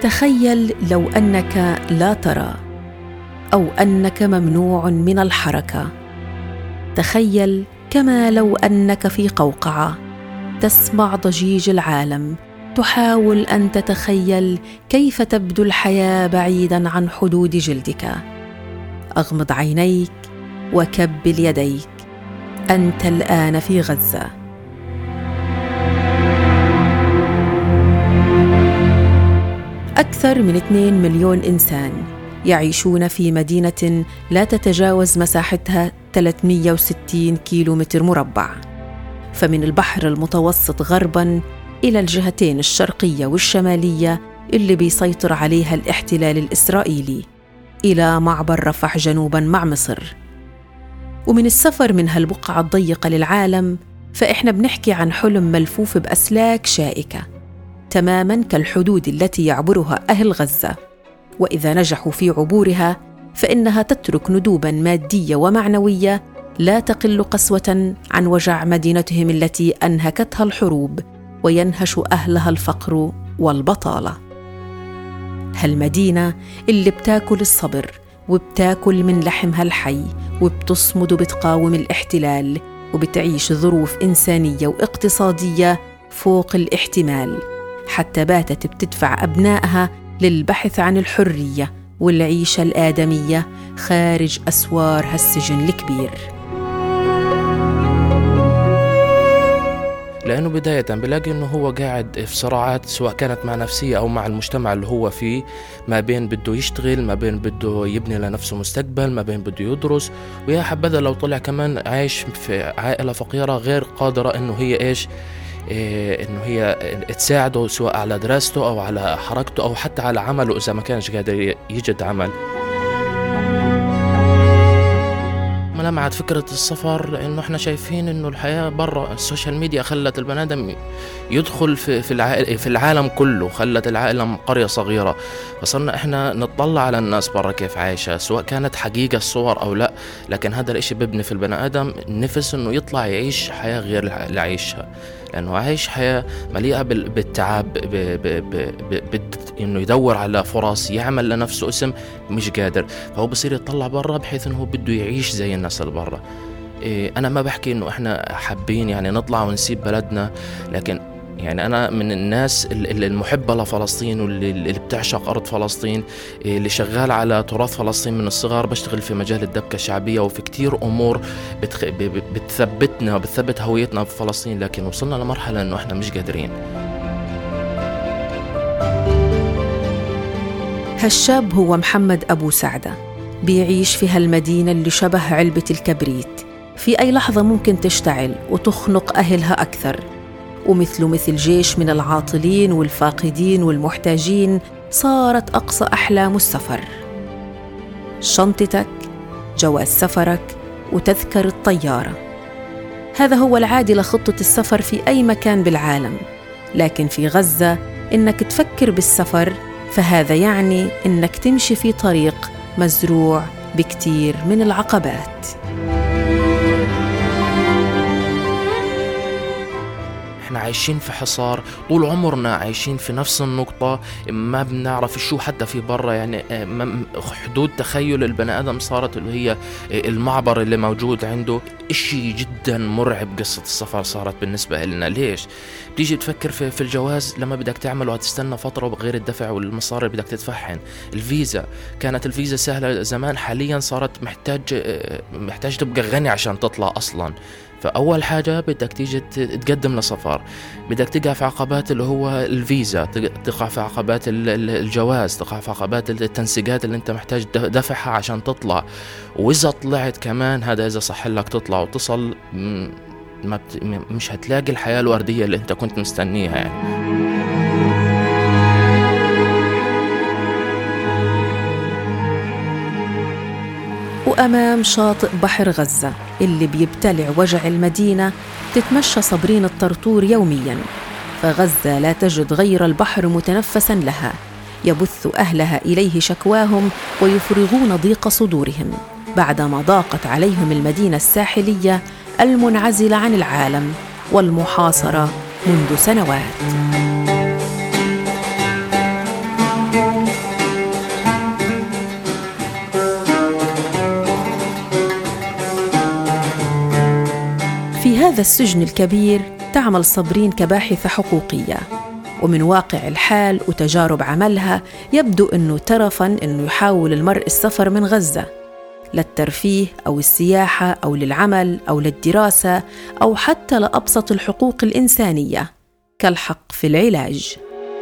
تخيل لو أنك لا ترى، أو أنك ممنوع من الحركة. تخيل كما لو أنك في قوقعة تسمع ضجيج العالم، تحاول أن تتخيل كيف تبدو الحياة بعيداً عن حدود جلدك. أغمض عينيك وكبل يديك، أنت الآن في غزة. أكثر من 2 مليون إنسان يعيشون في مدينة لا تتجاوز مساحتها 360 كيلومتر مربع، فمن البحر المتوسط غرباً إلى الجهتين الشرقية والشمالية اللي بيسيطر عليها الاحتلال الإسرائيلي، إلى معبر رفح جنوباً مع مصر. ومن السفر من هالبقعة الضيقة للعالم، فإحنا بنحكي عن حلم ملفوف بأسلاك شائكة تماماً كالحدود التي يعبرها أهل غزة، وإذا نجحوا في عبورها فإنها تترك ندوباً مادية ومعنوية لا تقل قسوة عن وجع مدينتهم التي أنهكتها الحروب وينهش أهلها الفقر والبطالة. هالمدينة اللي بتاكل الصبر وبتاكل من لحمها الحي، وبتصمد وبتقاوم الاحتلال، وبتعيش ظروف إنسانية واقتصادية فوق الاحتمال، حتى باتت بتدفع أبنائها للبحث عن الحرية والعيشة الآدمية خارج أسوار هالسجن الكبير. لأنه بداية بلاقي أنه هو قاعد في صراعات، سواء كانت مع نفسية أو مع المجتمع اللي هو فيه، ما بين بده يشتغل، ما بين بده يبني لنفسه مستقبل، ما بين بده يدرس، ويا حبذا لو طلع كمان عايش في عائلة فقيرة غير قادرة أنه هي إنه هي تساعده سواء على دراسته أو على حركته أو حتى على عمله إذا ما كانش قادر يجد عمل. ملامعة فكرة السفر، لأنه احنا شايفين إنه الحياة برا، السوشيال ميديا خلت البني آدم يدخل في العالم كله، خلت العالم قرية صغيرة، فصرنا احنا نطلع على الناس برا كيف عايشة، سواء كانت حقيقة الصور أو لا، لكن هذا الاشي بيبني في البني آدم نفس إنه يطلع يعيش حياة غير اللي عايشها، لأنه عايش حياة مليئة بالتعب، إنه يدور على فرص، يعمل لنفسه اسم، مش قادر، فهو بصير يطلع برا بحيث إنه هو بده يعيش زي الناس اللي برا. أنا ما بحكي إنه إحنا حابين يعني نطلع ونسيب بلدنا، لكن يعني أنا من الناس المحبة لفلسطين واللي بتعشق أرض فلسطين، اللي شغال على تراث فلسطين من الصغر، بشتغل في مجال الدبكة الشعبية، وفي كتير أمور بتثبتنا وبتثبت هويتنا في فلسطين، لكن وصلنا لمرحلة إنه إحنا مش قادرين. هالشاب هو محمد أبو سعدة، بيعيش في هالمدينة اللي شبه علبة الكبريت، في أي لحظة ممكن تشتعل وتخنق أهلها أكثر، ومثله مثل جيش من العاطلين والفاقدين والمحتاجين صارت أقصى أحلام السفر. شنطتك، جواز سفرك، وتذكر الطيارة، هذا هو العادي لخطة السفر في أي مكان بالعالم. لكن في غزة إنك تفكر بالسفر، فهذا يعني إنك تمشي في طريق مزروع بكتير من العقبات. احنا عايشين في حصار طول عمرنا، عايشين في نفس النقطة، ما بنعرف شو حتى في برا، يعني حدود تخيل البني آدم صارت اللي هي المعبر اللي موجود عنده. اشي جدا مرعب قصة السفر صارت بالنسبة لنا. ليش؟ بتيجي تفكر في الجواز، لما بدك تعمله هتستنى فترة بغير الدفع والمصاري بدك تدفعهن. الفيزا، كانت الفيزا سهلة زمان، حاليا صارت محتاج تبقى غني عشان تطلع أصلا. فأول حاجة بدك تيجي تقدم لسفر، بدك تقع في عقبات اللي هو الفيزا، تقع في عقبات الجواز، تقع في عقبات التنسيقات اللي انت محتاج دفعها عشان تطلع. وإذا طلعت كمان، هذا إذا صح لك تطلع وتصل، مش هتلاقي الحياة الوردية اللي انت كنت مستنيها يعني. وأمام شاطئ بحر غزة اللي بيبتلع وجع المدينة، تتمشى صابرين الطرطور يومياً، فغزة لا تجد غير البحر متنفساً لها، يبث أهلها إليه شكواهم ويفرغون ضيق صدورهم بعدما ضاقت عليهم المدينة الساحلية المنعزلة عن العالم والمحاصرة منذ سنوات. بهذا السجن الكبير تعمل صابرين كباحثة حقوقية، ومن واقع الحال وتجارب عملها يبدو أنه ترفاً أنه يحاول المرء السفر من غزة للترفيه أو السياحة أو للعمل أو للدراسة أو حتى لأبسط الحقوق الإنسانية كالحق في العلاج.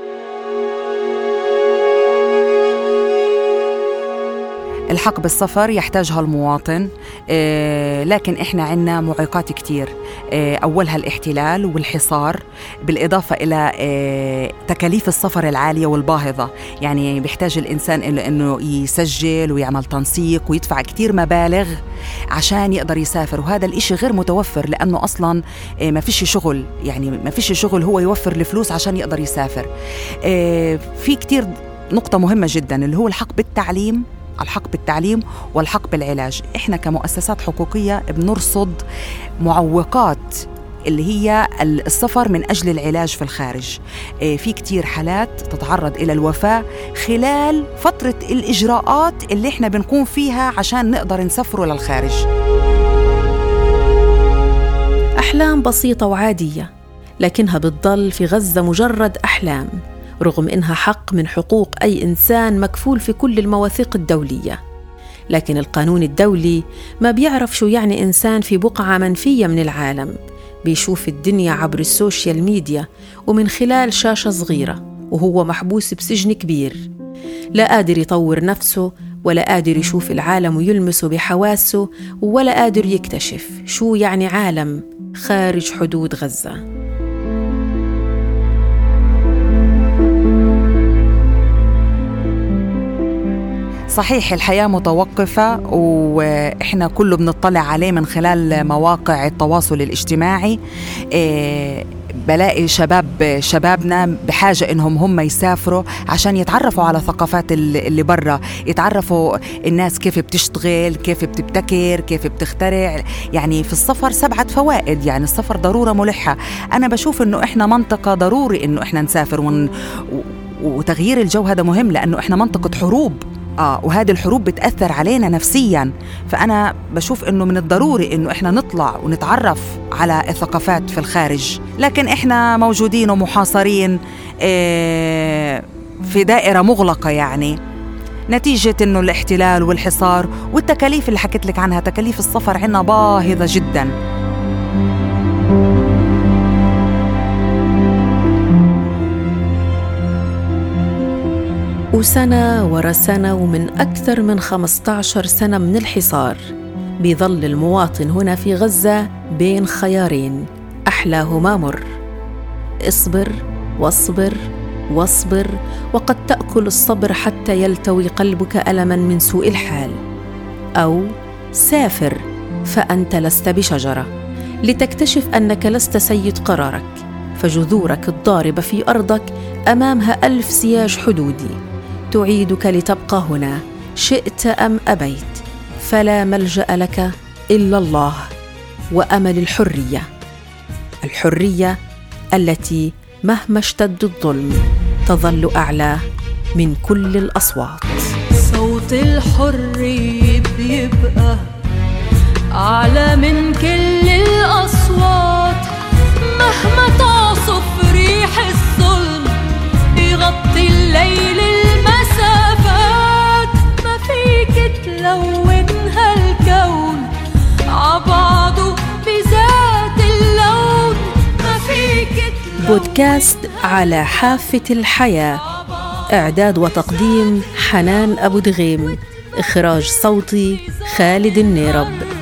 الحق بالسفر يحتاجها المواطن، لكن إحنا عنا معيقات كتير، أولها الاحتلال والحصار، بالإضافة إلى تكاليف السفر العالية والباهظة. يعني بيحتاج الإنسان إنه يسجل ويعمل تنسيق ويدفع كتير مبالغ عشان يقدر يسافر، وهذا الإشي غير متوفر لأنه أصلاً ما فيش شغل، يعني ما فيش شغل هو يوفر الفلوس عشان يقدر يسافر. في كتير نقطة مهمة جداً اللي هو الحق بالتعليم والحق بالعلاج. إحنا كمؤسسات حقوقية بنرصد معوقات اللي هي السفر من أجل العلاج في الخارج. في كتير حالات تتعرض إلى الوفاة خلال فترة الإجراءات اللي إحنا بنكون فيها عشان نقدر نسافروا للخارج. أحلام بسيطة وعادية، لكنها بتضل في غزة مجرد أحلام، رغم إنها حق من حقوق أي إنسان مكفول في كل المواثيق الدولية. لكن القانون الدولي ما بيعرف شو يعني إنسان في بقعة منفية من العالم، بيشوف الدنيا عبر السوشيال ميديا ومن خلال شاشة صغيرة، وهو محبوس بسجن كبير، لا قادر يطور نفسه ولا قادر يشوف العالم ويلمسه بحواسه، ولا قادر يكتشف شو يعني عالم خارج حدود غزة. صحيح الحياة متوقفة، وإحنا كله بنطلع عليه من خلال مواقع التواصل الاجتماعي. بلاقي شبابنا بحاجة إنهم هم يسافروا عشان يتعرفوا على ثقافات اللي برا، يتعرفوا الناس كيف بتشتغل، كيف بتبتكر، كيف بتخترع. يعني في السفر 7 فوائد، يعني السفر ضرورة ملحة. أنا بشوف إنه إحنا منطقة ضروري إنه إحنا نسافر وتغيير الجو هذا مهم، لأنه إحنا منطقة حروب، وهذه الحروب بتأثر علينا نفسياً. فأنا بشوف إنه من الضروري إنه إحنا نطلع ونتعرف على الثقافات في الخارج، لكن إحنا موجودين ومحاصرين في دائرة مغلقة، يعني نتيجة إنه الاحتلال والحصار والتكاليف اللي حكيت لك عنها. تكاليف السفر عنا باهظة جداً. وسنة ورا سنة ومن أكثر من 15 سنة من الحصار، بيظل المواطن هنا في غزة بين خيارين أحلاهما مر: اصبر واصبر واصبر، وقد تأكل الصبر حتى يلتوي قلبك ألماً من سوء الحال، أو سافر فأنت لست بشجرة، لتكتشف أنك لست سيد قرارك، فجذورك الضاربة في أرضك أمامها 1000 سياج حدودي تعيدك لتبقى هنا شئت أم أبيت. فلا ملجأ لك إلا الله وأمل الحرية التي مهما اشتد الظلم تظل أعلى من كل الأصوات. صوت الحرية بيبقى أعلى من كل الأصوات، مهما تعصف ريح الظلم يغطي الليل المسافات، ما فيك تلون هالكون عبعضه بذات اللون، ما فيك بودكاست على حافة الحياة، إعداد وتقديم حنان أبو دغيم، إخراج صوتي خالد النيرب.